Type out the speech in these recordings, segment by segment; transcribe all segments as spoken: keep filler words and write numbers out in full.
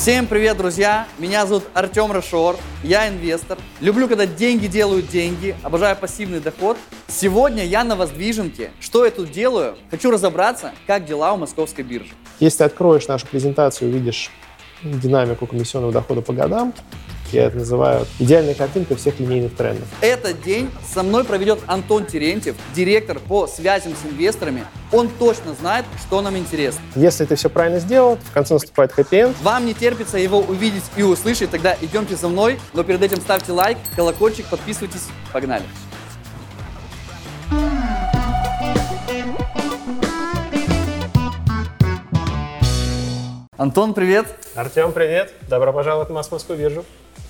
Всем привет, друзья! Меня зовут Артем Рашор, я инвестор. Люблю, когда деньги делают деньги, обожаю пассивный доход. Сегодня я на воздвиженке. Что я тут делаю? Хочу разобраться, как дела у московской биржи. Если ты откроешь нашу презентацию, увидишь динамику комиссионного дохода по годам, я это называю идеальной картинкой всех линейных трендов. Этот день со мной проведет Антон Терентьев, директор по связям с инвесторами. Он точно знает, что нам интересно. Если ты все правильно сделал, в конце наступает хэппи-энд. Вам не терпится его увидеть и услышать, тогда идемте за мной. Но перед этим ставьте лайк, колокольчик, подписывайтесь. Погнали! Антон, привет! Артем, привет! Добро пожаловать на Московскую биржу.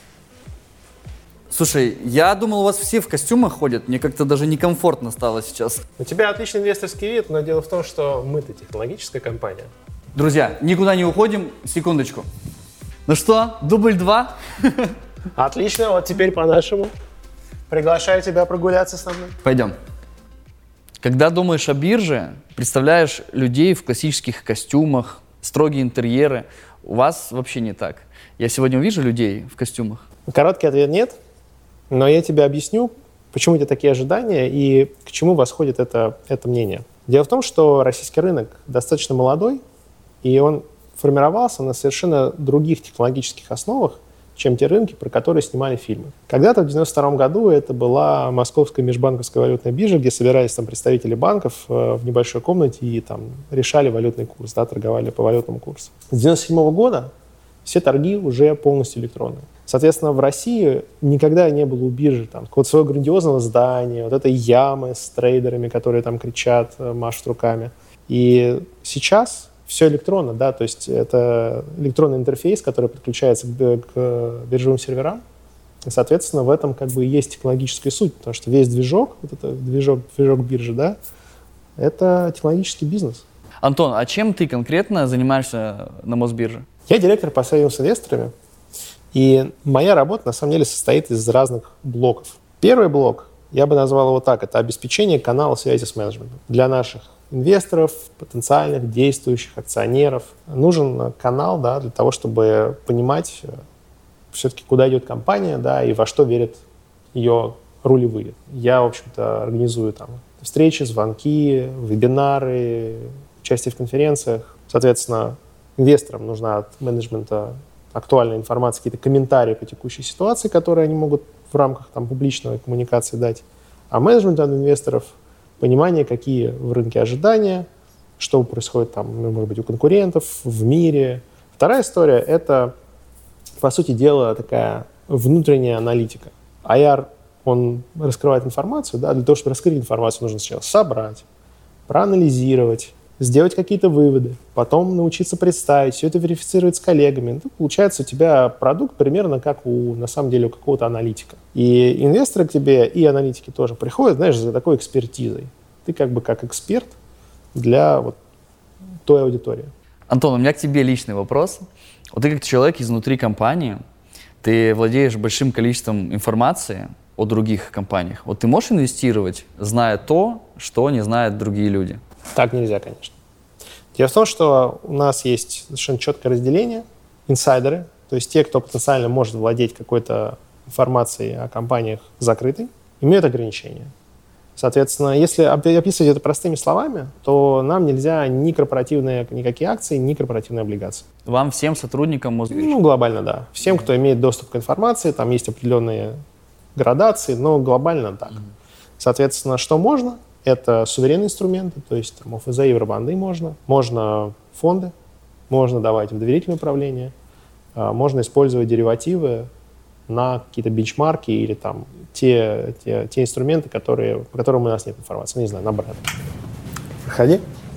Слушай, я думал, у вас все в костюмах ходят. Мне как-то даже некомфортно стало сейчас. У тебя отличный инвесторский вид, но дело в том, что мы-то технологическая компания. Друзья, никуда не уходим. Секундочку. Ну что, дубль два? Отлично, вот теперь по-нашему. Приглашаю тебя прогуляться со мной. Пойдем. Когда думаешь о бирже, представляешь людей в классических костюмах, строгие интерьеры. У вас вообще не так. Я сегодня увижу людей в костюмах. Короткий ответ – нет. Но я тебе объясню, почему у тебя такие ожидания и к чему восходит это, это мнение. Дело в том, что российский рынок достаточно молодой, и он формировался на совершенно других технологических основах, чем те рынки, про которые снимали фильмы. Когда-то в девяносто втором году это была Московская межбанковская валютная биржа, где собирались там представители банков э, в небольшой комнате и там решали валютный курс, да, торговали по валютному курсу. С девяносто седьмого года все торги уже полностью электронные. Соответственно, в России никогда не было у биржи там какого-то своего грандиозного здания, вот этой ямы с трейдерами, которые там кричат, машут руками. И сейчас все электронно, да, то есть это электронный интерфейс, который подключается к, к биржевым серверам. И, соответственно, в этом как бы и есть технологическая суть, потому что весь движок, вот этот движок, движок биржи, да, это технологический бизнес. Антон, а чем ты конкретно занимаешься на Мосбирже? Я директор по связям с инвесторами. И моя работа, на самом деле, состоит из разных блоков. Первый блок, я бы назвал его так, это обеспечение канала связи с менеджментом. Для наших инвесторов, потенциальных, действующих акционеров нужен канал, да, для того, чтобы понимать все-таки, куда идет компания, да, и во что верят ее рулевые. Я, в общем-то, организую там встречи, звонки, вебинары, участие в конференциях. Соответственно, инвесторам нужна от менеджмента актуальная информация, какие-то комментарии по текущей ситуации, которые они могут в рамках там, публичной коммуникации дать. А менеджмент от инвесторов — понимание, какие в рынке ожидания, что происходит там, ну, может быть, у конкурентов, в мире. Вторая история — это, по сути дела, такая внутренняя аналитика. ай ар, он раскрывает информацию, да, для того, чтобы раскрыть информацию, нужно сначала собрать, проанализировать, сделать какие-то выводы, потом научиться представить, все это верифицировать с коллегами. Ну, получается у тебя продукт примерно как у, на самом деле, у какого-то аналитика. И инвесторы к тебе, и аналитики тоже приходят, знаешь, за такой экспертизой. Ты как бы как эксперт для вот той аудитории. Антон, у меня к тебе личный вопрос. Вот ты как человек изнутри компании, ты владеешь большим количеством информации о других компаниях. Вот ты можешь инвестировать, зная то, что не знают другие люди? Так нельзя, конечно. Дело в том, что у нас есть совершенно четкое разделение. Инсайдеры, то есть те, кто потенциально может владеть какой-то информацией о компаниях закрытой, имеют ограничения. Соответственно, если описывать это простыми словами, то нам нельзя ни корпоративные никакие акции, ни корпоративные облигации. Вам всем сотрудникам Мосбиржи? Ну, глобально, да. Всем, кто имеет доступ к информации, там есть определенные градации, но глобально так. Mm-hmm. Соответственно, что можно? Это суверенные инструменты, то есть там, о эф зэ, евробанды можно, можно фонды, можно давать в доверительное управление, можно использовать деривативы на какие-то бенчмарки или там те, те, те инструменты, которые, по которым у нас нет информации. Ну, не знаю, на бренд. Проходи.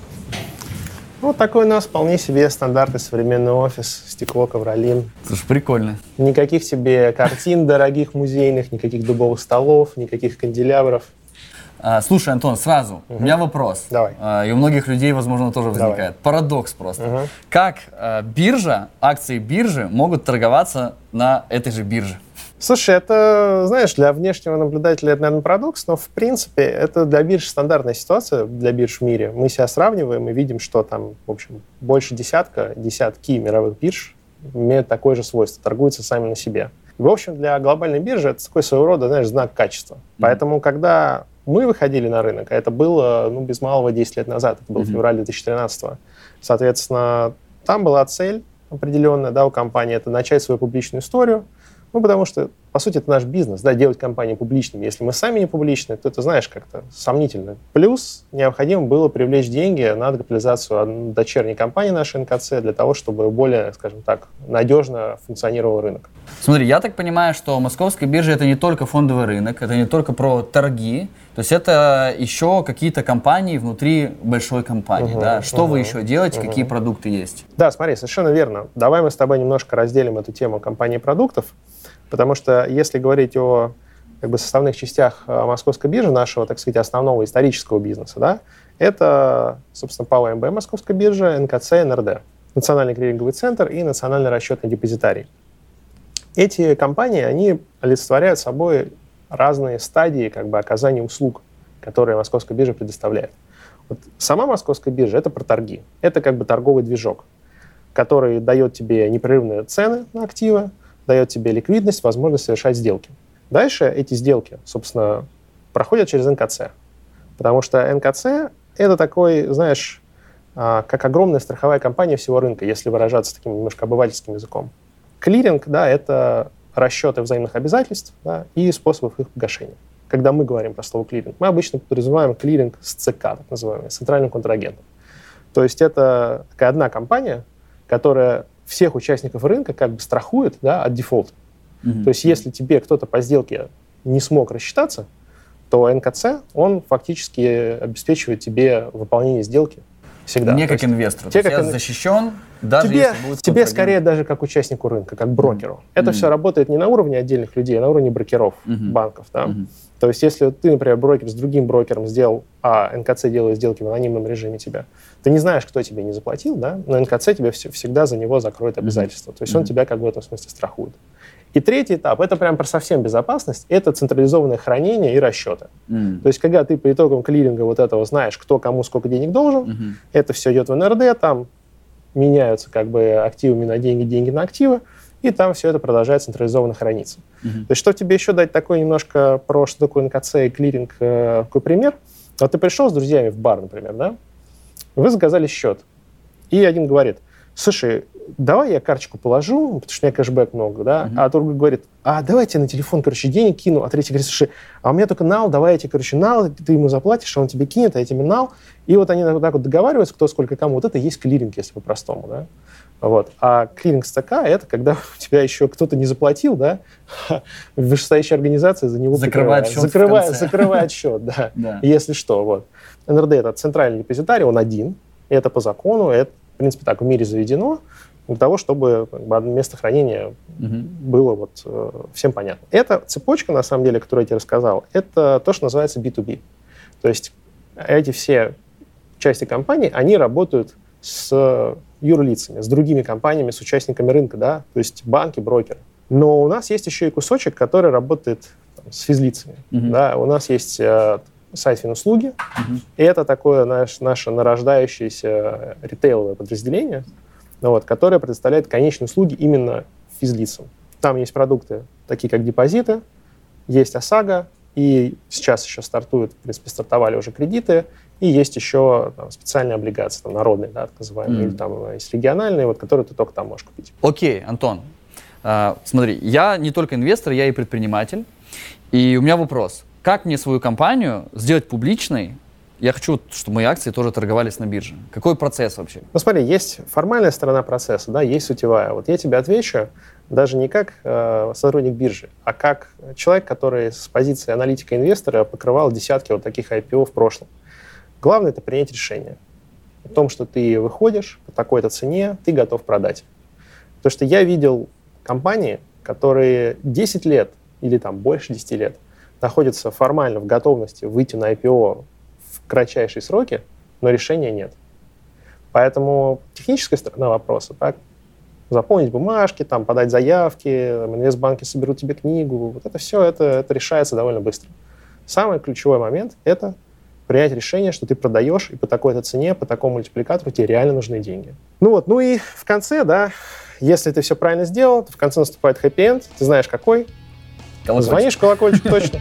Вот такой у нас вполне себе стандартный современный офис, стекло, ковролин. Слушай, прикольно. Никаких тебе картин дорогих музейных, никаких дубовых столов, никаких канделябров. А, слушай, Антон, сразу, угу. у меня вопрос. Давай. А, и у многих людей, возможно, тоже возникает. Давай. Парадокс просто. Угу. Как а, биржа, акции биржи могут торговаться на этой же бирже? Слушай, это, знаешь, для внешнего наблюдателя это, наверное, парадокс, но, в принципе, это для бирж стандартная ситуация, для бирж в мире. Мы себя сравниваем и видим, что там, в общем, больше десятка, десятки мировых бирж имеют такое же свойство, торгуются сами на себе. В общем, для глобальной биржи это такой своего рода, знаешь, знак качества. Mm-hmm. Поэтому, когда мы выходили на рынок, а это было, ну, без малого десять лет назад, это был mm-hmm. февраль две тысячи тринадцатого, соответственно, там была цель определенная, да, у компании, это начать свою публичную историю, ну, потому что, по сути, это наш бизнес, да, делать компании публичными. Если мы сами не публичны, то это, знаешь, как-то сомнительно. Плюс необходимо было привлечь деньги на капитализацию дочерней компании нашей эн ка цэ для того, чтобы более, скажем так, надежно функционировал рынок. Смотри, я так понимаю, что московская биржа — это не только фондовый рынок, это не только про торги, то есть это еще какие-то компании внутри большой компании, uh-huh, да? Что uh-huh, вы еще делаете, uh-huh. какие продукты есть? Да, смотри, совершенно верно. Давай мы с тобой немножко разделим эту тему компании продуктов. Потому что если говорить о как бы, составных частях московской биржи, нашего, так сказать, основного исторического бизнеса, да, это, собственно, ПАО МБ Московская биржа, эн ка цэ, эн эр дэ, Национальный клиринговый центр и Национальный расчетный депозитарий. Эти компании, они олицетворяют собой разные стадии как бы, оказания услуг, которые Московская биржа предоставляет. Вот сама Московская биржа — это про торги. Это как бы торговый движок, который дает тебе непрерывные цены на активы, дает тебе ликвидность, возможность совершать сделки. Дальше эти сделки, собственно, проходят через эн ка цэ. Потому что эн ка цэ — это такой, знаешь, как огромная страховая компания всего рынка, если выражаться таким немножко обывательским языком. Клиринг, да, это расчеты взаимных обязательств, да, и способов их погашения. Когда мы говорим про слово клиринг, мы обычно подразумеваем клиринг с цэ ка, так называемый, с центральным контрагентом. То есть это такая одна компания, которая всех участников рынка как бы страхует, да, от дефолта. Mm-hmm. То есть если тебе кто-то по сделке не смог рассчитаться, то эн ка цэ, он фактически обеспечивает тебе выполнение сделки всегда. Мне как инвестору. Тебе как я защищен, даже тебе, если будет тебе скорее даже как участнику рынка, как брокеру. Mm-hmm. Это mm-hmm. все работает не на уровне отдельных людей, а на уровне брокеров, mm-hmm. банков. Да? Mm-hmm. То есть если ты, например, брокер с другим брокером сделал, а эн ка цэ делает сделки в анонимном режиме тебя, ты не знаешь, кто тебе не заплатил, да? Но эн ка цэ тебе все, всегда за него закроет обязательства. Mm-hmm. То есть mm-hmm. он тебя как бы в этом смысле страхует. И третий этап, это прям про совсем безопасность, это централизованное хранение и расчеты. Mm. То есть, когда ты по итогам клиринга вот этого знаешь, кто кому сколько денег должен, mm-hmm. это все идет в эн эр дэ, там меняются как бы активами на деньги, деньги на активы, и там все это продолжает централизованно храниться. Mm-hmm. То есть, что тебе еще дать такой немножко про что такое эн ка цэ и клиринг, э, такой пример. Вот ты пришел с друзьями в бар, например, да? Вы заказали счет, и один говорит: слушай, давай я карточку положу, потому что у меня кэшбэк много, да, uh-huh. а другой говорит: а давайте на телефон, короче, денег кину, а третий говорит: слушай, а у меня только нал, давай я тебе, короче, нал, ты ему заплатишь, а он тебе кинет, а я тебе нал. И вот они вот так вот договариваются, кто сколько кому. Вот это и есть клиринг, если по-простому, да. Вот. А клиринг с цэ ка — это когда у тебя еще кто-то не заплатил, да, вышестоящая организация за него закрывает счет, закрывает, закрывает счет, да, если что, вот. эн эр дэ — это центральный депозитарий, он один, и это по закону, это, в принципе, так в мире заведено, для того, чтобы как бы, место хранения uh-huh. было вот, э, всем понятно. Эта цепочка, на самом деле, которую я тебе рассказал, это то, что называется би ту би. То есть эти все части компании, они работают с юрлицами, с другими компаниями, с участниками рынка, да, то есть банки, брокеры. Но у нас есть еще и кусочек, который работает там, с физлицами. Uh-huh. Да. У нас есть э, сайт Финуслуги, uh-huh. и это такое наш, наше нарождающееся ритейловое подразделение, вот, которая предоставляет конечные услуги именно физлицам. Там есть продукты, такие как депозиты, есть ОСАГО, и сейчас еще стартуют, в принципе, стартовали уже кредиты, и есть еще там, специальные облигации, там, народные, да, так называемые, mm. или там есть региональные, вот, которые ты только там можешь купить. Окей, okay, Антон, uh, смотри, я не только инвестор, я и предприниматель, и у меня вопрос. Как мне свою компанию сделать публичной? Я хочу, чтобы мои акции тоже торговались на бирже. Какой процесс вообще? Ну смотри, есть формальная сторона процесса, да, есть сутевая. Вот я тебе отвечу даже не как э, сотрудник биржи, а как человек, который с позиции аналитика-инвестора покрывал десятки вот таких ай пи о в прошлом. Главное — это принять решение о том, что ты выходишь по такой-то цене, ты готов продать. Потому что я видел компании, которые десять лет или там больше десяти лет находятся формально в готовности выйти на ай пи о в кратчайшие сроки, но решения нет. Поэтому техническая сторона вопроса, так, заполнить бумажки, там, подать заявки, там, инвестбанки соберут тебе книгу, вот это все, это, это решается довольно быстро. Самый ключевой момент — это принять решение, что ты продаешь, и по такой-то цене, по такому мультипликатору тебе реально нужны деньги. Ну вот, ну и в конце, да, Если ты все правильно сделал, то в конце наступает хэппи-энд, ты знаешь какой, колокольчик. Звонишь, колокольчик, точно.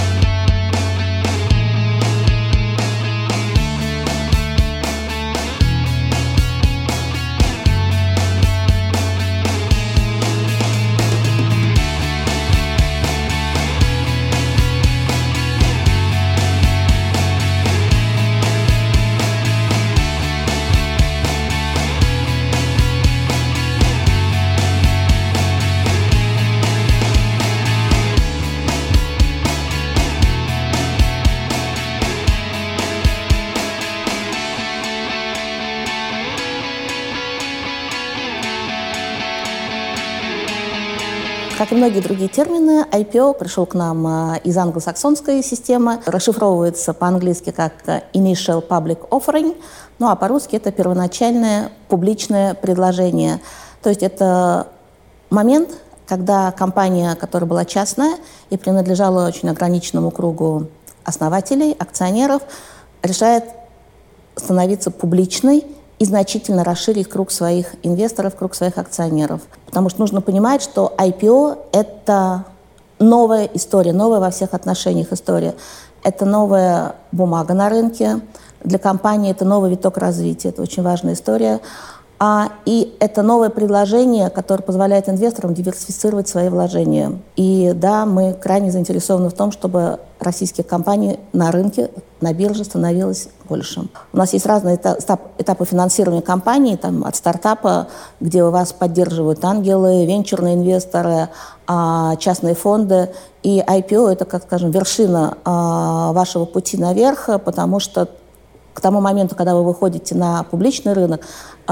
Как и многие другие термины, ай пи о пришел к нам из англосаксонской системы, расшифровывается по-английски как Initial Public Offering, ну а по-русски это первоначальное публичное предложение. То есть это момент, когда компания, которая была частная и принадлежала очень ограниченному кругу основателей, акционеров, решает становиться публичной и значительно расширить круг своих инвесторов, круг своих акционеров. Потому что нужно понимать, что ай пи о — это новая история, новая во всех отношениях история. Это новая бумага на рынке. Для компании это новый виток развития, это очень важная история. А, и это новое предложение, которое позволяет инвесторам диверсифицировать свои вложения. И да, мы крайне заинтересованы в том, чтобы российских компаний на рынке, на бирже становилось больше. У нас есть разные этап, этапы финансирования компаний, там, от стартапа, где у вас поддерживают ангелы, венчурные инвесторы, а, частные фонды. И ай пи о — это, как скажем, вершина а, вашего пути наверх, потому что к тому моменту, когда вы выходите на публичный рынок, э,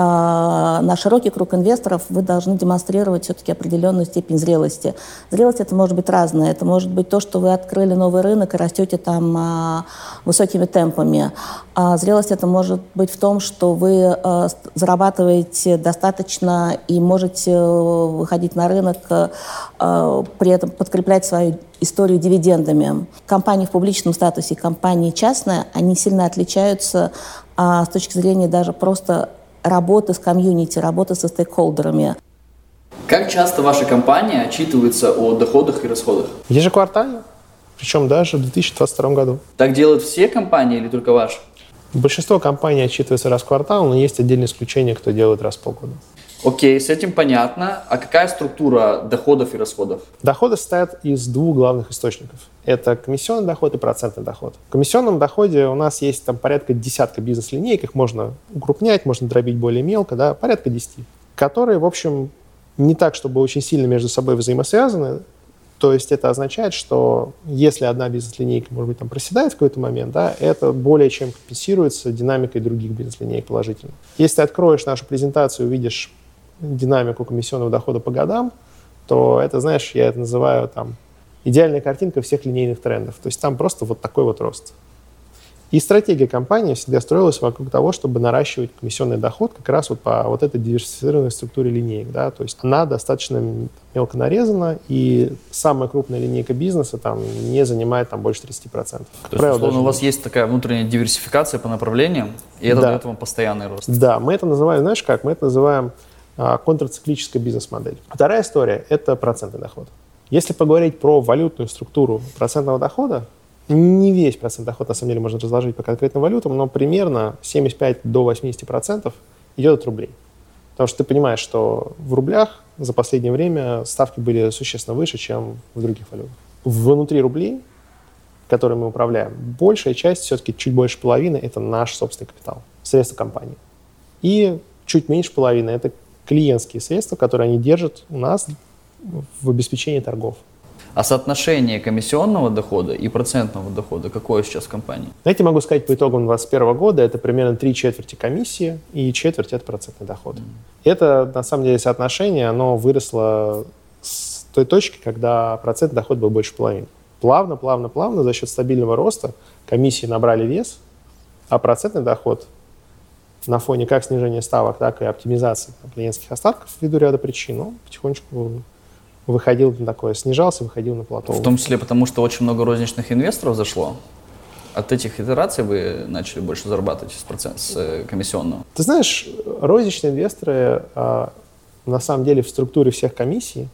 на широкий круг инвесторов, вы должны демонстрировать все-таки определенную степень зрелости. Зрелость это может быть разная. Это может быть то, что вы открыли новый рынок и растете там э, высокими темпами. А зрелость это может быть в том, что вы э, зарабатываете достаточно и можете выходить на рынок, э, при этом подкреплять свою историю дивидендами. Компании в публичном статусе и компании частные, они сильно отличаются а, с точки зрения даже просто работы с комьюнити, работы со стейкхолдерами. Как часто ваша компания отчитывается о доходах и расходах? Ежеквартально, причем даже в две тысячи двадцать втором году. Так делают все компании или только ваши? Большинство компаний отчитывается раз в квартал, но есть отдельные исключения, кто делает раз в полгода. Окей, с этим понятно. А какая структура доходов и расходов? Доходы состоят из двух главных источников. Это комиссионный доход и процентный доход. В комиссионном доходе у нас есть там порядка десятка бизнес-линеек, их можно укрупнять, можно дробить более мелко, да, порядка десяти, которые, в общем, не так, чтобы очень сильно между собой взаимосвязаны. То есть это означает, что если одна бизнес-линейка, может быть, там проседает в какой-то момент, да, это более чем компенсируется динамикой других бизнес-линеек положительно. Если ты откроешь нашу презентацию, увидишь динамику комиссионного дохода по годам, то это, знаешь, я это называю там идеальная картинка всех линейных трендов. То есть там просто вот такой вот рост. И стратегия компании всегда строилась вокруг того, чтобы наращивать комиссионный доход как раз вот по вот этой диверсифицированной структуре линеек. Да? То есть она достаточно мелко нарезана, и самая крупная линейка бизнеса там не занимает там больше тридцать процентов. То есть, условно, у вас есть такая внутренняя диверсификация по направлениям, и это да. дает вам постоянный рост. Да, мы это называем, знаешь как, мы это называем контрциклическая бизнес-модель. Вторая история – это процентный доход. Если поговорить про валютную структуру процентного дохода, не весь процент дохода, на самом деле, можно разложить по конкретным валютам, но примерно семьдесят пять до восьмидесяти процентов идет от рублей. Потому что ты понимаешь, что в рублях за последнее время ставки были существенно выше, чем в других валютах. Внутри рублей, которые мы управляем, большая часть, все-таки чуть больше половины – это наш собственный капитал, средства компании. И чуть меньше половины – это клиентские средства, которые они держат у нас в обеспечении торгов. А соотношение комиссионного дохода и процентного дохода какое сейчас в компании? Знаете, могу сказать, по итогам две тысячи двадцать первого года это примерно три четверти комиссии и четверть – это процентный доход. Mm. Это, на самом деле, соотношение, оно выросло с той точки, когда процентный доход был больше половины. Плавно, плавно, плавно за счет стабильного роста комиссии набрали вес, а процентный доход на фоне как снижения ставок, так и оптимизации там, клиентских остатков ввиду ряда причин, он потихонечку выходил на такое, снижался, выходил на плато. В том числе потому, что очень много розничных инвесторов зашло. От этих итераций вы начали больше зарабатывать с, процент, с комиссионного? Ты знаешь, розничные инвесторы, на самом деле в структуре всех комиссий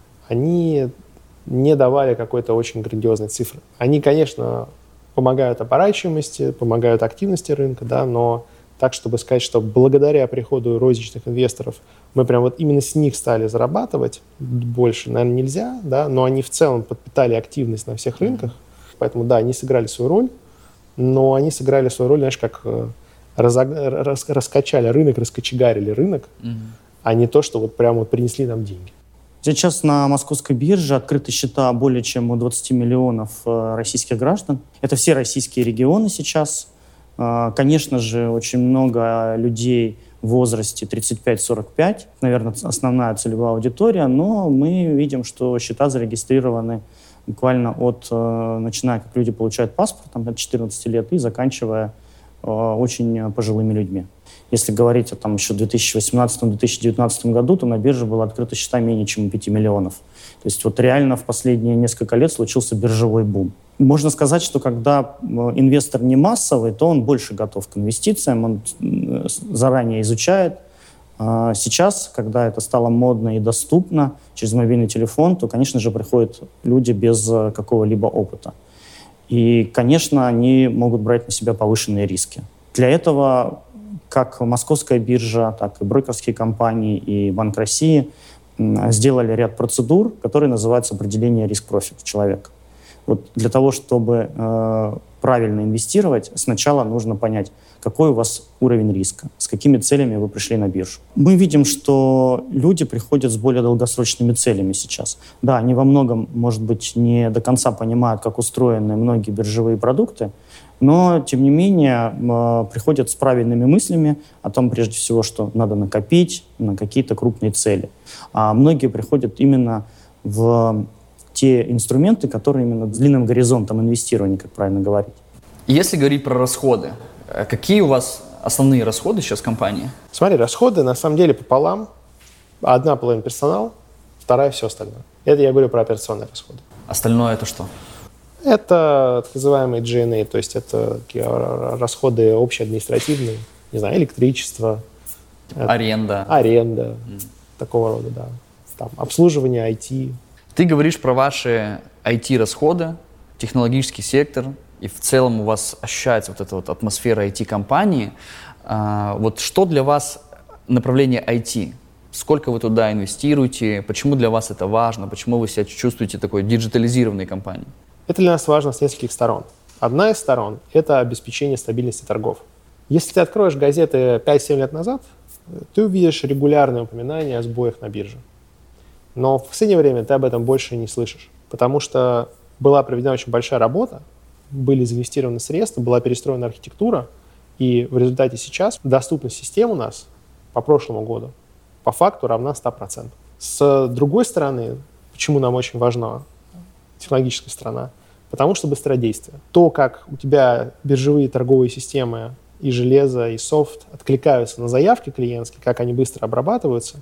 они не давали какой-то очень грандиозной цифры. Они, конечно, помогают оборачиваемости, помогают активности рынка, да, но так, чтобы сказать, что благодаря приходу розничных инвесторов мы прям вот именно с них стали зарабатывать больше, наверное, нельзя, да, но они в целом подпитали активность на всех рынках, поэтому, да, они сыграли свою роль, но они сыграли свою роль, знаешь, как разог... рас... раскачали рынок, раскочегарили рынок, mm-hmm. а не то, что вот прямо вот принесли нам деньги. Сейчас на московской бирже открыты счета более чем у двадцати миллионов российских граждан. Это все российские регионы сейчас. Конечно же, очень много людей в возрасте тридцать пять сорок пять, наверное, основная целевая аудитория, но мы видим, что счета зарегистрированы буквально от, начиная, как люди получают паспорт, там, от четырнадцати лет и заканчивая очень пожилыми людьми. Если говорить о там, еще две тысячи восемнадцатом — две тысячи девятнадцатом году, то на бирже было открыто счета менее чем у пяти миллионов. То есть вот реально в последние несколько лет случился биржевой бум. Можно сказать, что когда инвестор не массовый, то он больше готов к инвестициям, он заранее изучает. Сейчас, когда это стало модно и доступно через мобильный телефон, то, конечно же, приходят люди без какого-либо опыта. И, конечно, они могут брать на себя повышенные риски. Для этого как Московская биржа, так и брокерские компании и Банк России сделали ряд процедур, которые называются определение риск-профита человека. Вот для того, чтобы э, правильно инвестировать, сначала нужно понять, какой у вас уровень риска, с какими целями вы пришли на биржу. Мы видим, что люди приходят с более долгосрочными целями сейчас. Да, они во многом, может быть, не до конца понимают, как устроены многие биржевые продукты, но, тем не менее, э, приходят с правильными мыслями о том, прежде всего, что надо накопить на какие-то крупные цели. А многие приходят именно в те инструменты, которые именно с длинным горизонтом инвестирования, как правильно говорить. Если говорить про расходы, какие у вас основные расходы сейчас в компании? Смотри, расходы на самом деле пополам. Одна половина персонал, вторая все остальное. Это я говорю про операционные расходы. Остальное это что? Это так называемые джи эн эй, то есть это такие расходы общеадминистративные, не знаю, электричество. Аренда. Аренда, mm. такого рода, да. Там, обслуживание ай ти. Ты говоришь про ваши ай ти-расходы, технологический сектор, и в целом у вас ощущается вот эта вот атмосфера ай ти-компании. А, вот что для вас направление ай ти? Сколько вы туда инвестируете? Почему для вас это важно? Почему вы себя чувствуете такой диджитализированной компанией? Это для нас важно с нескольких сторон. Одна из сторон – это обеспечение стабильности торгов. Если ты откроешь газеты пять-семь лет назад, ты увидишь регулярные упоминания о сбоях на бирже. Но в последнее время ты об этом больше не слышишь, потому что была проведена очень большая работа, были заинвестированы средства, была перестроена архитектура, и в результате сейчас доступность систем у нас по прошлому году по факту равна ста процентам. С другой стороны, почему нам очень важна технологическая сторона? Потому что быстродействие. То, как у тебя биржевые торговые системы и железо, и софт откликаются на заявки клиентские, как они быстро обрабатываются,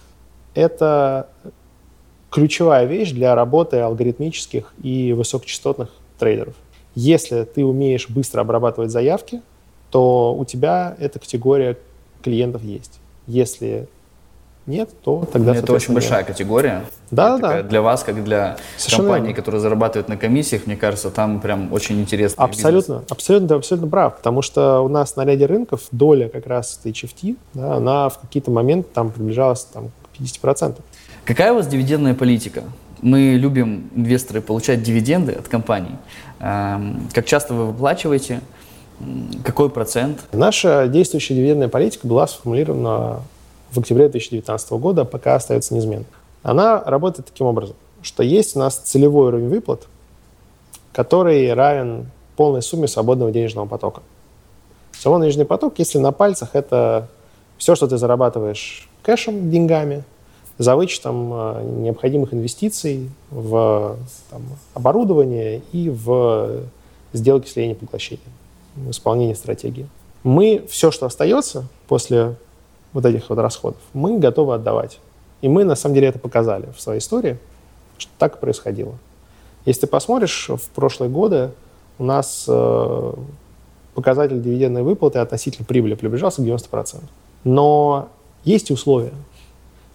это ключевая вещь для работы алгоритмических и высокочастотных трейдеров. Если ты умеешь быстро обрабатывать заявки, то у тебя эта категория клиентов есть. Если нет, то тогда, это очень большая нет. категория. Да, да. Для вас, как для Совершенно компании, верно. которые зарабатывают на комиссиях, мне кажется, там прям очень интересный абсолютно, бизнес. Абсолютно, абсолютно прав, потому что у нас на ряде рынков доля как раз эйч эф ти, да, она в какие-то моменты там приближалась там, к пятидесяти процентам. Какая у вас дивидендная политика? Мы любим, инвесторы, получать дивиденды от компаний. Как часто вы выплачиваете? Какой процент? Наша действующая дивидендная политика была сформулирована в октябре две тысячи девятнадцатого года, пока остается неизменной. Она работает таким образом, что есть у нас целевой уровень выплат, который равен полной сумме свободного денежного потока. Свободный денежный поток, если на пальцах, это все, что ты зарабатываешь кэшем, деньгами, за вычетом э, необходимых инвестиций в там, оборудование и в сделки слияния поглощения, в исполнении стратегии. Мы все, что остается после вот этих вот расходов, мы готовы отдавать. И мы, на самом деле, это показали в своей истории, что так и происходило. Если ты посмотришь, в прошлые годы у нас э, показатель дивидендной выплаты относительно прибыли приближался к девяноста процентам. Но есть и условия.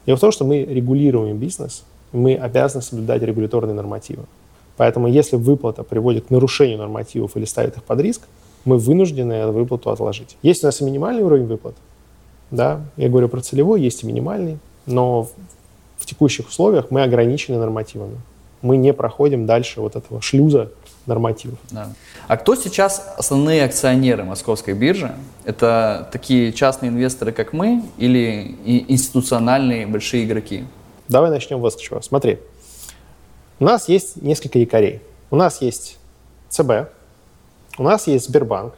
Дело в том, что мы регулируем бизнес, мы обязаны соблюдать регуляторные нормативы. Поэтому если выплата приводит к нарушению нормативов или ставит их под риск, мы вынуждены эту выплату отложить. Есть у нас и минимальный уровень выплат. Да, я говорю про целевой, есть и минимальный, но в текущих условиях мы ограничены нормативами. Мы не проходим дальше вот этого шлюза нормативов. Да. А кто сейчас основные акционеры Московской биржи? Это такие частные инвесторы, как мы, или институциональные большие игроки? Давай начнем вот с чего. Смотри, у нас есть несколько якорей. У нас есть ЦБ, у нас есть Сбербанк,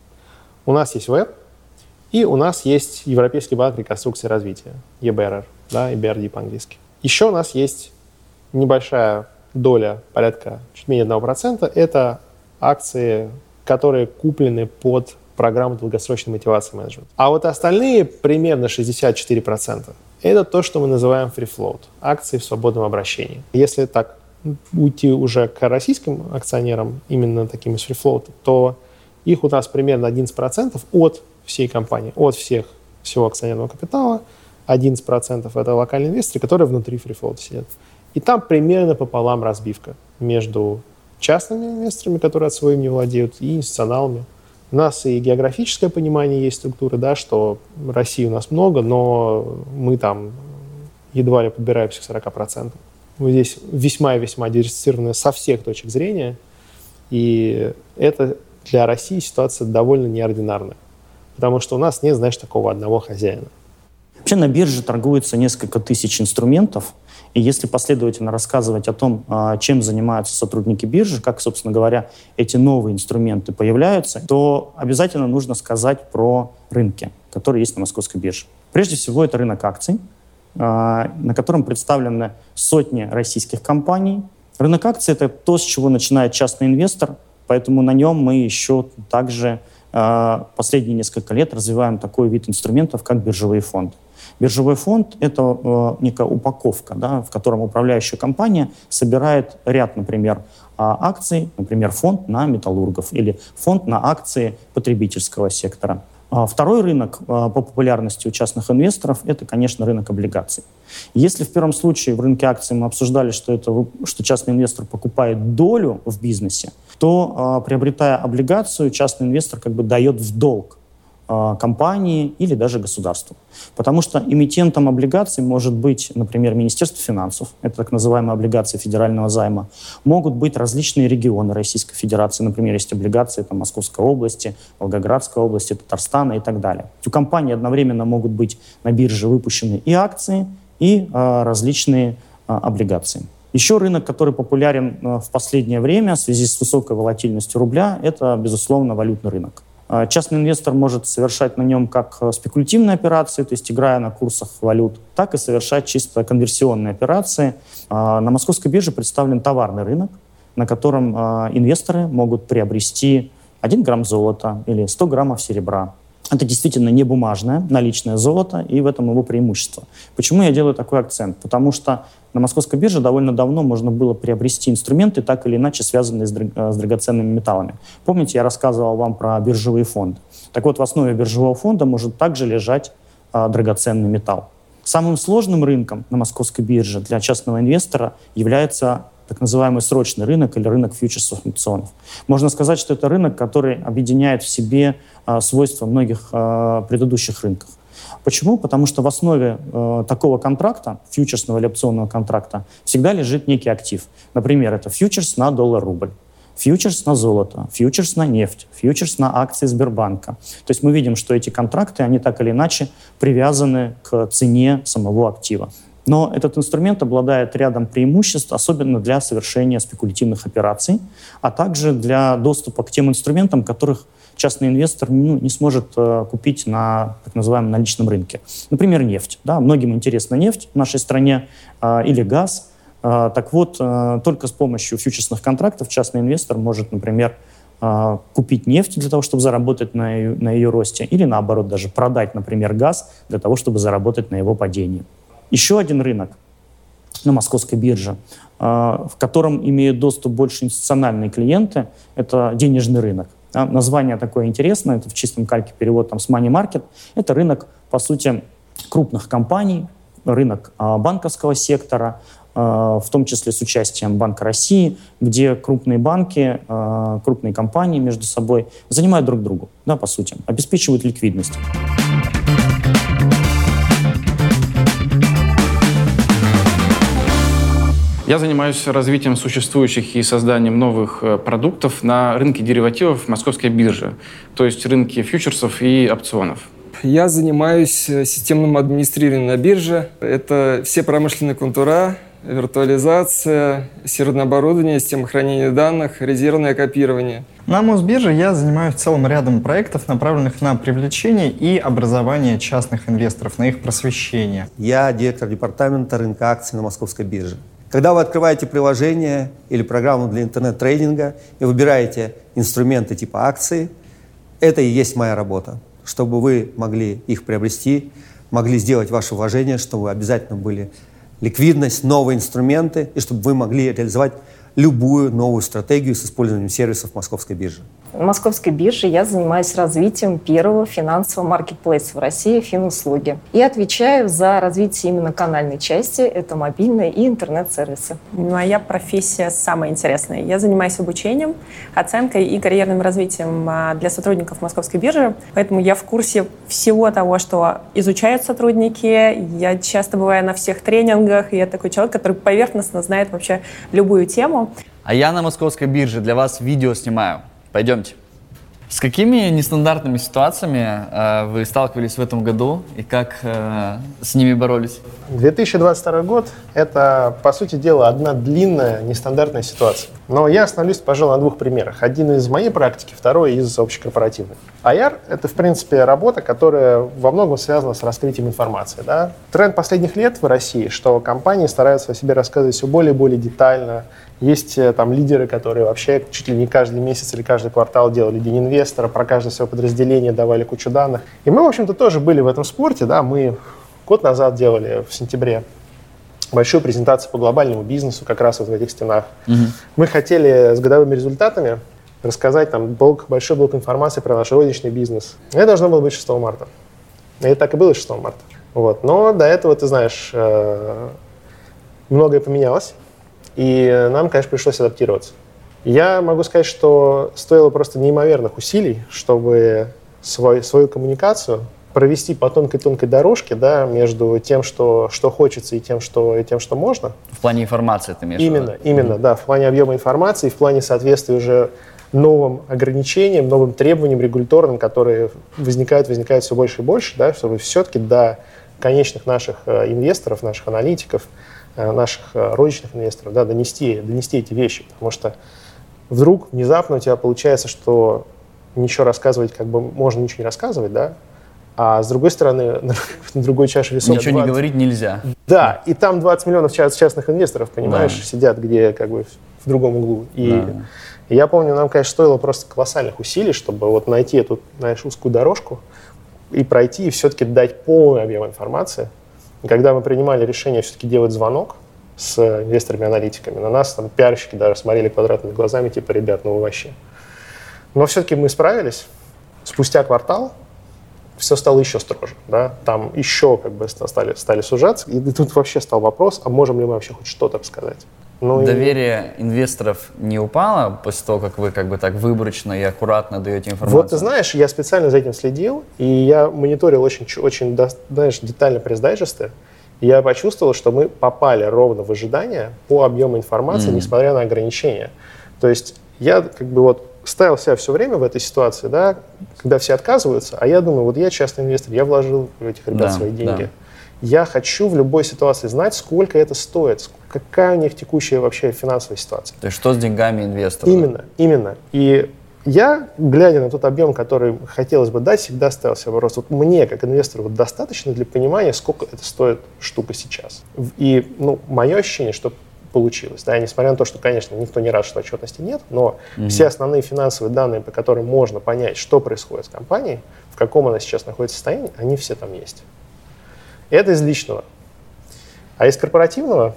у нас есть ВЭБ, и у нас есть Европейский банк реконструкции и развития, и бэ эр эр, да, и бэ эр дэ по-английски. Еще у нас есть небольшая доля, порядка чуть менее одного процента, это акции, которые куплены под программу долгосрочной мотивации менеджмента. А вот остальные, примерно шестьдесят четыре процента, это то, что мы называем free float, акции в свободном обращении. Если так уйти уже к российским акционерам, именно таким из free float, то их у нас примерно одиннадцать процентов от всей компании, от всех, всего акционерного капитала, одиннадцать процентов это локальные инвесторы, которые внутри free float сидят. И там примерно пополам разбивка между частными инвесторами, которые от своим не владеют, и институционалами. У нас и географическое понимание есть структуры, да, что России у нас много, но мы там едва ли подбираемся к сорока процентам. Мы здесь весьма и весьма диверсифицированы со всех точек зрения, и это для России ситуация довольно неординарная, потому что у нас нет, знаешь, такого одного хозяина. Вообще на бирже торгуется несколько тысяч инструментов, и если последовательно рассказывать о том, чем занимаются сотрудники биржи, как, собственно говоря, эти новые инструменты появляются, то обязательно нужно сказать про рынки, которые есть на Московской бирже. Прежде всего, это рынок акций, на котором представлены сотни российских компаний. Рынок акций — это то, с чего начинает частный инвестор, поэтому на нем мы еще также последние несколько лет развиваем такой вид инструментов, как биржевые фонды. Биржевой фонд — это э, некая упаковка, да, в котором управляющая компания собирает ряд, например, акций, например, фонд на металлургов или фонд на акции потребительского сектора. А второй рынок э, по популярности у частных инвесторов — это, конечно, рынок облигаций. Если в первом случае в рынке акций мы обсуждали, что, это, что частный инвестор покупает долю в бизнесе, то, э, приобретая облигацию, частный инвестор как бы дает в долг компании или даже государству. Потому что эмитентом облигаций может быть, например, Министерство финансов, это так называемые облигации федерального займа, могут быть различные регионы Российской Федерации, например, есть облигации там, Московской области, Волгоградской области, Татарстана и так далее. У компании одновременно могут быть на бирже выпущены и акции, и а, различные а, облигации. Еще рынок, который популярен а, в последнее время в связи с высокой волатильностью рубля, это, безусловно, валютный рынок. Частный инвестор может совершать на нем как спекулятивные операции, то есть играя на курсах валют, так и совершать чисто конверсионные операции. На Московской бирже представлен товарный рынок, на котором инвесторы могут приобрести один грамм золота или сто граммов серебра. Это действительно не бумажное, наличное золото, и в этом его преимущество. Почему я делаю такой акцент? Потому что на Московской бирже довольно давно можно было приобрести инструменты, так или иначе связанные с, драг- с драгоценными металлами. Помните, я рассказывал вам про биржевые фонды. Так вот, в основе биржевого фонда может также лежать а, драгоценный металл. Самым сложным рынком на Московской бирже для частного инвестора является так называемый срочный рынок или рынок фьючерсов опционов. Можно сказать, что это рынок, который объединяет в себе а, свойства многих а, предыдущих рынков. Почему? Потому что в основе э, такого контракта, фьючерсного или опционного контракта, всегда лежит некий актив. Например, это фьючерс на доллар-рубль, фьючерс на золото, фьючерс на нефть, фьючерс на акции Сбербанка. То есть мы видим, что эти контракты, они так или иначе привязаны к цене самого актива. Но этот инструмент обладает рядом преимуществ, особенно для совершения спекулятивных операций, а также для доступа к тем инструментам, которых частный инвестор ну, не сможет э, купить на так называемом наличном рынке. Например, нефть. Да? Многим интересна нефть в нашей стране э, или газ. Э, так вот, э, только с помощью фьючерсных контрактов частный инвестор может, например, э, купить нефть для того, чтобы заработать на ее, на ее росте, или наоборот, даже продать, например, газ для того, чтобы заработать на его падении. Еще один рынок на Московской бирже, э, в котором имеют доступ больше институциональные клиенты, это денежный рынок. Да, название такое интересное, это в чистом кальке перевод там, с money market. Это рынок, по сути, крупных компаний, рынок банковского сектора, в том числе с участием Банка России, где крупные банки, крупные компании между собой занимают друг другу, да, по сути, обеспечивают ликвидность. Я занимаюсь развитием существующих и созданием новых продуктов на рынке деривативов Московской биржи, то есть рынке фьючерсов и опционов. Я занимаюсь системным администрированием на бирже. Это все промышленные контура, виртуализация, серверное оборудование, система хранения данных, резервное копирование. На Мосбирже я занимаюсь целым рядом проектов, направленных на привлечение и образование частных инвесторов, на их просвещение. Я директор департамента рынка акций на Московской бирже. Когда вы открываете приложение или программу для интернет-трейдинга и выбираете инструменты типа акции, это и есть моя работа. Чтобы вы могли их приобрести, могли сделать ваше вложение, чтобы обязательно были ликвидность, новые инструменты, и чтобы вы могли реализовать любую новую стратегию с использованием сервисов Московской биржи. На Московской бирже я занимаюсь развитием первого финансового маркетплейса в России «Финуслуги». И отвечаю за развитие именно канальной части, это мобильные и интернет-сервисы. Моя профессия самая интересная. Я занимаюсь обучением, оценкой и карьерным развитием для сотрудников Московской биржи, поэтому я в курсе всего того, что изучают сотрудники. Я часто бываю на всех тренингах, и я такой человек, который поверхностно знает вообще любую тему. А я на Московской бирже для вас видео снимаю. Пойдемте. С какими нестандартными ситуациями э, вы сталкивались в этом году и как э, с ними боролись? две тысячи двадцать второй год – это, по сути дела, одна длинная нестандартная ситуация. Но я остановлюсь, пожалуй, на двух примерах. Один из моей практики, второй из общекорпоративной. ай ар – это, в принципе, работа, которая во многом связана с раскрытием информации. Да? Тренд последних лет в России, что компании стараются о себе рассказывать все более и более детально. Есть там лидеры, которые вообще чуть ли не каждый месяц или каждый квартал делали день инвестора, про каждое свое подразделение давали кучу данных. И мы, в общем-то, тоже были в этом спорте. Да? Мы год назад делали в сентябре большую презентацию по глобальному бизнесу, как раз вот в этих стенах. Угу. Мы хотели с годовыми результатами рассказать там блок, большой блок информации про наш розничный бизнес. Это должно было быть шестого марта. И так и было шестого марта. Вот. Но до этого, ты знаешь, многое поменялось. И нам, конечно, пришлось адаптироваться. Я могу сказать, что стоило просто неимоверных усилий, чтобы свой, свою коммуникацию провести по тонкой-тонкой дорожке, да, между тем, что, что хочется, и тем что, и тем, что можно. В плане информации ты имеешь в виду? Именно, именно, mm-hmm. да, в плане объема информации, в плане соответствия уже новым ограничениям, новым требованиям регуляторным, которые возникают, возникают все больше и больше, да, чтобы все-таки до конечных наших э, инвесторов, наших аналитиков, наших розничных инвесторов, да, донести, донести эти вещи, потому что вдруг внезапно у тебя получается, что ничего рассказывать, как бы можно ничего не рассказывать, да, а с другой стороны, на другой чаше весов... Ничего двадцать... не говорить нельзя. Да, и там двадцать миллионов частных инвесторов, понимаешь, да. сидят где как бы в другом углу. И, да. и я помню, нам, конечно, стоило просто колоссальных усилий, чтобы вот найти эту, знаешь, узкую дорожку и пройти, и все-таки дать полный объем информации. И когда мы принимали решение все-таки делать звонок с инвесторами-аналитиками, на нас там пиарщики даже смотрели квадратными глазами, типа, ребят, ну вы вообще. Но все-таки мы справились. Спустя квартал все стало еще строже. Да? Там еще как бы стали, стали сужаться. И тут вообще стал вопрос, а можем ли мы вообще хоть что-то рассказать? Ну, Доверие и... инвесторов не упало после того, как вы как бы так выборочно и аккуратно даете информацию? Вот ты знаешь, я специально за этим следил, и я мониторил очень, очень знаешь, детально пресс-дайджесты, и я почувствовал, что мы попали ровно в ожидание по объему информации, mm. несмотря на ограничения. То есть я как бы вот ставил себя все время в этой ситуации, да, когда все отказываются, а я думаю, вот я частный инвестор, я вложил в этих ребят да, свои деньги. Да. Я хочу в любой ситуации знать, сколько это стоит, какая у них текущая вообще финансовая ситуация. То есть что с деньгами инвестора? Именно, именно. И я, глядя на тот объем, который хотелось бы дать, всегда ставил себе вопрос, вот мне, как инвестору, вот достаточно для понимания, сколько это стоит штука сейчас. И ну, мое ощущение, что получилось. Да, несмотря на то, что, конечно, никто не рад, что отчетности нет, но mm-hmm. все основные финансовые данные, по которым можно понять, что происходит с компанией, в каком она сейчас находится состоянии, они все там есть. Это из личного. А из корпоративного,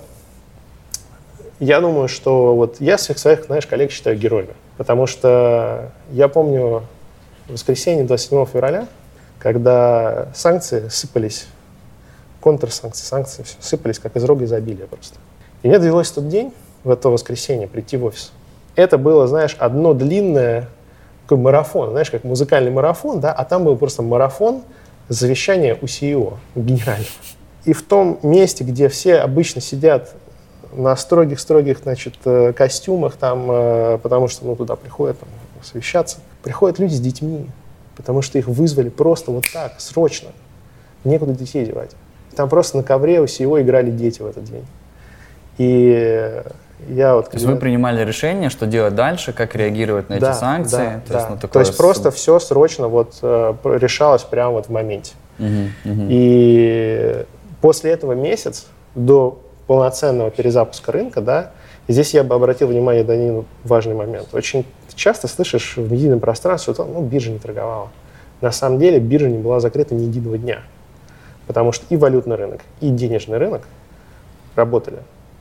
я думаю, что вот я всех своих, знаешь, коллег считаю героями. Потому что я помню в воскресенье двадцать седьмого февраля, когда санкции сыпались контрсанкции, санкции, все сыпались как из рога изобилия просто. И мне довелось в тот день, в это воскресенье, прийти в офис. Это было, знаешь, одно длинное, такой марафон, знаешь, как музыкальный марафон, да, а там был просто марафон завещания у си и о, у генерального. И в том месте, где все обычно сидят на строгих-строгих, значит, костюмах, там, потому что, ну, туда приходят там, совещаться, приходят люди с детьми, потому что их вызвали просто вот так, срочно. Некуда детей девать. Там просто на ковре у си и о играли дети в этот день. И я вот... То есть вы принимали решение, что делать дальше, как реагировать на да, эти санкции? Да, то, да. Есть, ну, такое... То есть просто все срочно вот э, решалось прямо вот в моменте. Угу, угу. И после этого месяц до полноценного перезапуска рынка, да, здесь я бы обратил внимание на один важный момент. Очень часто слышишь в медийном пространстве, что ну, биржа не торговала. На самом деле биржа не была закрыта ни единого дня, потому что и валютный рынок, и денежный рынок работали.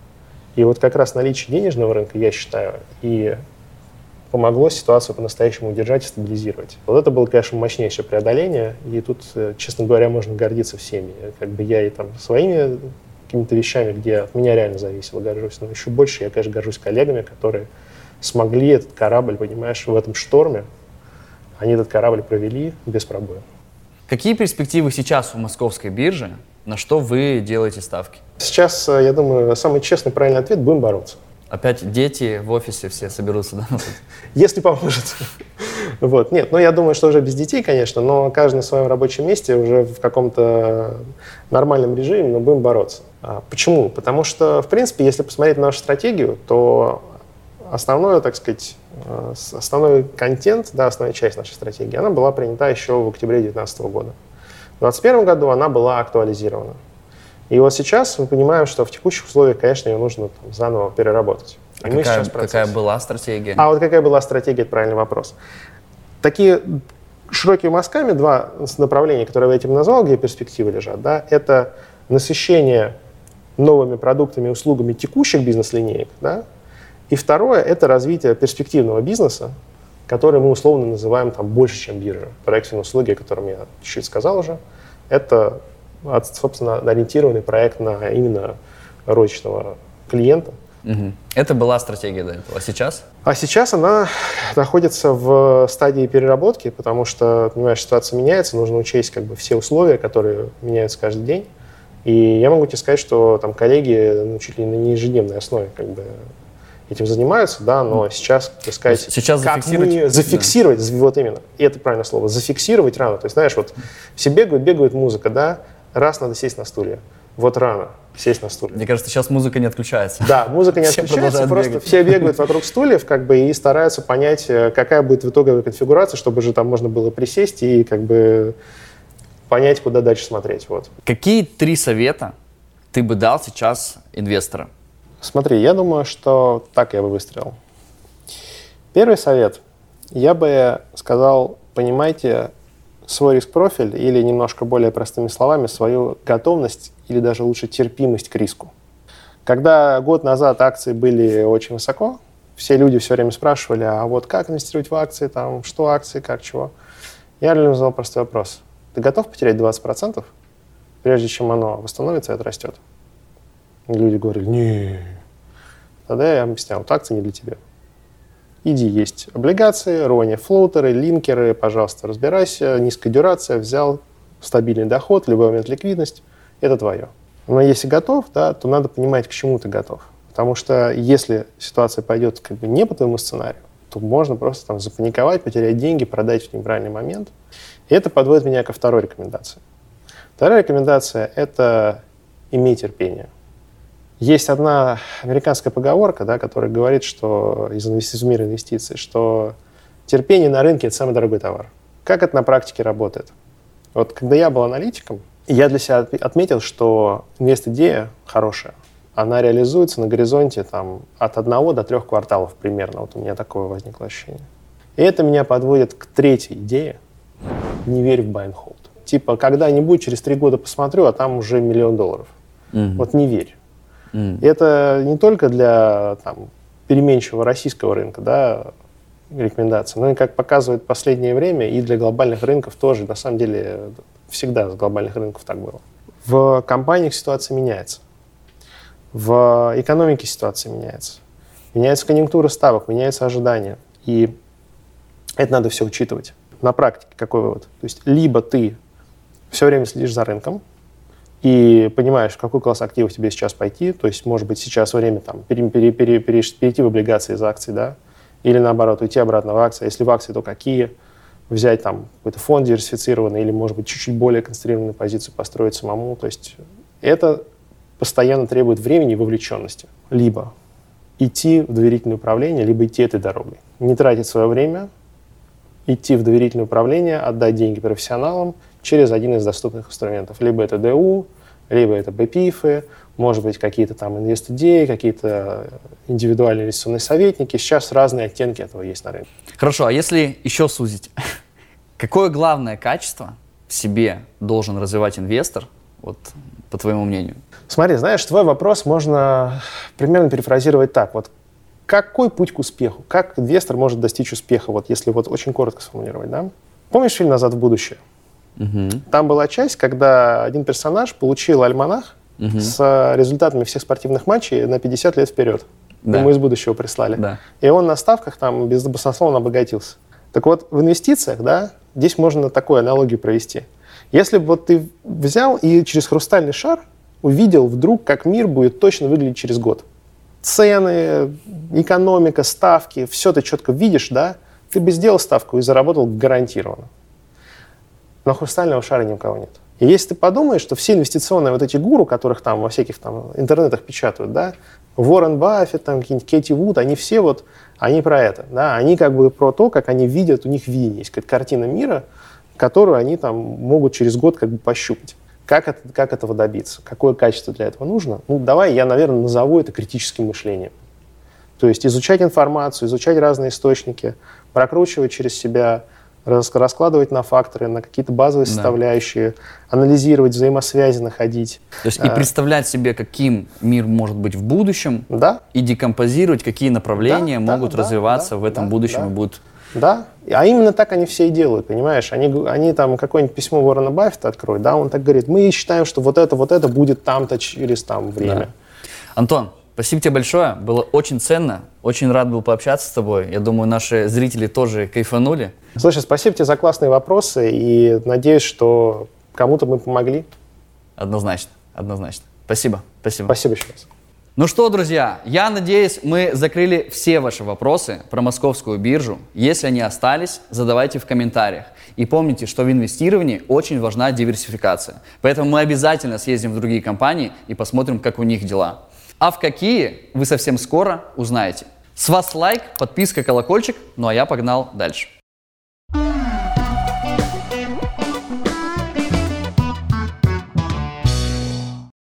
И вот как раз наличие денежного рынка, я считаю, и помогло ситуацию по-настоящему удержать и стабилизировать. Вот это было, конечно, мощнейшее преодоление, и тут, честно говоря, можно гордиться всеми. Как бы я и там своими какими-то вещами, где от меня реально зависело, горжусь, но еще больше я, конечно, горжусь коллегами, которые смогли этот корабль, понимаешь, в этом шторме, они этот корабль провели без пробоя. Какие перспективы сейчас у московской биржи? На что вы делаете ставки? Сейчас, я думаю, самый честный, правильный ответ – будем бороться. Опять дети в офисе все соберутся, да? Если поможет. Вот. Нет, ну я думаю, что уже без детей, конечно, но каждый на своем рабочем месте уже в каком-то нормальном режиме, но будем бороться. А почему? Потому что, в принципе, если посмотреть на нашу стратегию, то основной, так сказать, основной контент, да, основная часть нашей стратегии, она была принята еще в октябре две тысячи девятнадцатого года. В две тысячи двадцать первом году она была актуализирована. И вот сейчас мы понимаем, что в текущих условиях, конечно, ее нужно там, заново переработать. А какая, какая была стратегия? А вот какая была стратегия, это правильный вопрос. Такие широкими мазками два направления, которые я этим назвал, где перспективы лежат, да, это насыщение новыми продуктами и услугами текущих бизнес-линеек, да, и второе – это развитие перспективного бизнеса, который мы условно называем там, больше, чем биржа. Проект финуслуги, о котором я чуть-чуть сказал уже, это, собственно, ориентированный проект на именно розничного клиента. Угу. Это была стратегия до этого. А сейчас? А сейчас она находится в стадии переработки, потому что, понимаешь, ситуация меняется, нужно учесть как бы, все условия, которые меняются каждый день. И я могу тебе сказать, что там коллеги ну, чуть ли не на ежедневной основе как бы, этим занимаются, да, но сейчас, так сказать, сейчас как зафиксировать, мы зафиксировать, да. Вот именно, и это правильное слово, зафиксировать рано. То есть, знаешь, вот все бегают, бегают музыка, да, раз надо сесть на стулья. Вот рано сесть на стулья. Мне кажется, сейчас музыка не отключается. Да, музыка не отключается, просто бегать. Все бегают вокруг стульев как бы, и стараются понять, какая будет в итоговой конфигурация, чтобы же там можно было присесть и как бы понять, куда дальше смотреть. Вот. Какие три совета ты бы дал сейчас инвесторам? Смотри, я думаю, что так я бы выстроил. Первый совет. Я бы сказал, понимайте свой риск-профиль или немножко более простыми словами, свою готовность или даже лучше терпимость к риску. Когда год назад акции были очень высоко, все люди все время спрашивали, а вот как инвестировать в акции, там, что акции, как, чего. Я людям задал простой вопрос. Ты готов потерять двадцать процентов, прежде чем оно восстановится и отрастет? И люди говорили, не. Тогда я объяснял, вот акции не для тебя. Иди, есть облигации, рони, флоутеры, линкеры, пожалуйста, разбирайся, низкая дюрация, взял стабильный доход, в любой момент ликвидность, это твое. Но если готов, да, то надо понимать, к чему ты готов. Потому что если ситуация пойдет как бы не по твоему сценарию, то можно просто там запаниковать, потерять деньги, продать в неправильный момент. И это подводит меня ко второй рекомендации. Вторая рекомендация – это имей терпение. Есть одна американская поговорка, да, которая говорит, что из, из мира инвестиций, что терпение на рынке – это самый дорогой товар. Как это на практике работает? Вот когда я был аналитиком, я для себя отметил, что инвест-идея хорошая. Она реализуется на горизонте там, от одного до трех кварталов примерно. Вот у меня такое возникло ощущение. И это меня подводит к третьей идее. Не верь в buy and hold. Типа, когда-нибудь, через три года посмотрю, а там уже миллион долларов. Mm-hmm. Вот не верь. Mm. Это не только для там, переменчивого российского рынка, да, рекомендация, но и, как показывает последнее время, и для глобальных рынков тоже. На самом деле, всегда с глобальных рынков так было. В компаниях ситуация меняется. В экономике ситуация меняется. Меняется конъюнктура ставок, меняются ожидания. И это надо все учитывать. На практике какой вывод? То есть либо ты все время следишь за рынком и понимаешь, в какой класс активов тебе сейчас пойти, то есть, может быть, сейчас время там, пере, пере, пере, пере, перейти в облигации из акций, да, или наоборот, уйти обратно в акции. Если в акции, то какие? Взять там какой-то фонд диверсифицированный или, может быть, чуть-чуть более концентрированную позицию построить самому. То есть это постоянно требует времени и вовлеченности. Либо идти в доверительное управление, либо идти этой дорогой. Не тратить свое время, идти в доверительное управление, отдать деньги профессионалам через один из доступных инструментов. Либо это ДУ, либо это БПИФы, может быть, какие-то там инвест-идеи, какие-то индивидуальные инвестиционные советники. Сейчас разные оттенки этого есть на рынке. Хорошо, а если еще сузить, какое главное качество в себе должен развивать инвестор, вот, по твоему мнению? Смотри, знаешь, твой вопрос можно примерно перефразировать так. Вот какой путь к успеху? Как инвестор может достичь успеха, вот, если вот очень коротко сформулировать, да? Помнишь фильм «Назад в будущее»? Угу. Там была часть, когда один персонаж получил альманах угу. с результатами всех спортивных матчей на пятьдесят лет вперед. Да. Ему из будущего прислали. Да. И он на ставках там баснословно обогатился. Так вот, в инвестициях, да, здесь можно такую аналогию провести. Если бы вот ты взял и через хрустальный шар увидел вдруг, как мир будет точно выглядеть через год. Цены, экономика, ставки, все ты четко видишь, да, ты бы сделал ставку и заработал гарантированно. Но хрустального шара ни у кого нет. И если ты подумаешь, что все инвестиционные вот эти гуру, которых там во всяких там интернетах печатают, да, Уоррен Баффет, там какие-нибудь Кэти Вуд, они все вот, они про это, да, они как бы про то, как они видят, у них видение, есть какая-то картина мира, которую они там могут через год как бы пощупать. Как, это, как этого добиться? Какое качество для этого нужно? Ну, давай я, наверное, назову это критическим мышлением. То есть изучать информацию, изучать разные источники, прокручивать через себя, раскладывать на факторы, на какие-то базовые составляющие, да. анализировать, взаимосвязи находить. То есть и представлять себе, каким мир может быть в будущем, да. и декомпозировать, какие направления да, могут да, развиваться да, в этом да, будущем да. и будут... Да, а именно так они все и делают, понимаешь? Они, они там какое-нибудь письмо Уоррена Баффета откроют, да, он так говорит, мы считаем, что вот это, вот это будет там-то через там время. Да. Антон, спасибо тебе большое, было очень ценно, очень рад был пообщаться с тобой. Я думаю, наши зрители тоже кайфанули. Слушай, спасибо тебе за классные вопросы и надеюсь, что кому-то мы помогли. Однозначно, однозначно. Спасибо, спасибо. Спасибо еще раз. Ну что, друзья, я надеюсь, мы закрыли все ваши вопросы про московскую биржу. Если они остались, задавайте в комментариях. И помните, что в инвестировании очень важна диверсификация. Поэтому мы обязательно съездим в другие компании и посмотрим, как у них дела. А в какие, вы совсем скоро узнаете. С вас лайк, подписка, колокольчик, ну а я погнал дальше.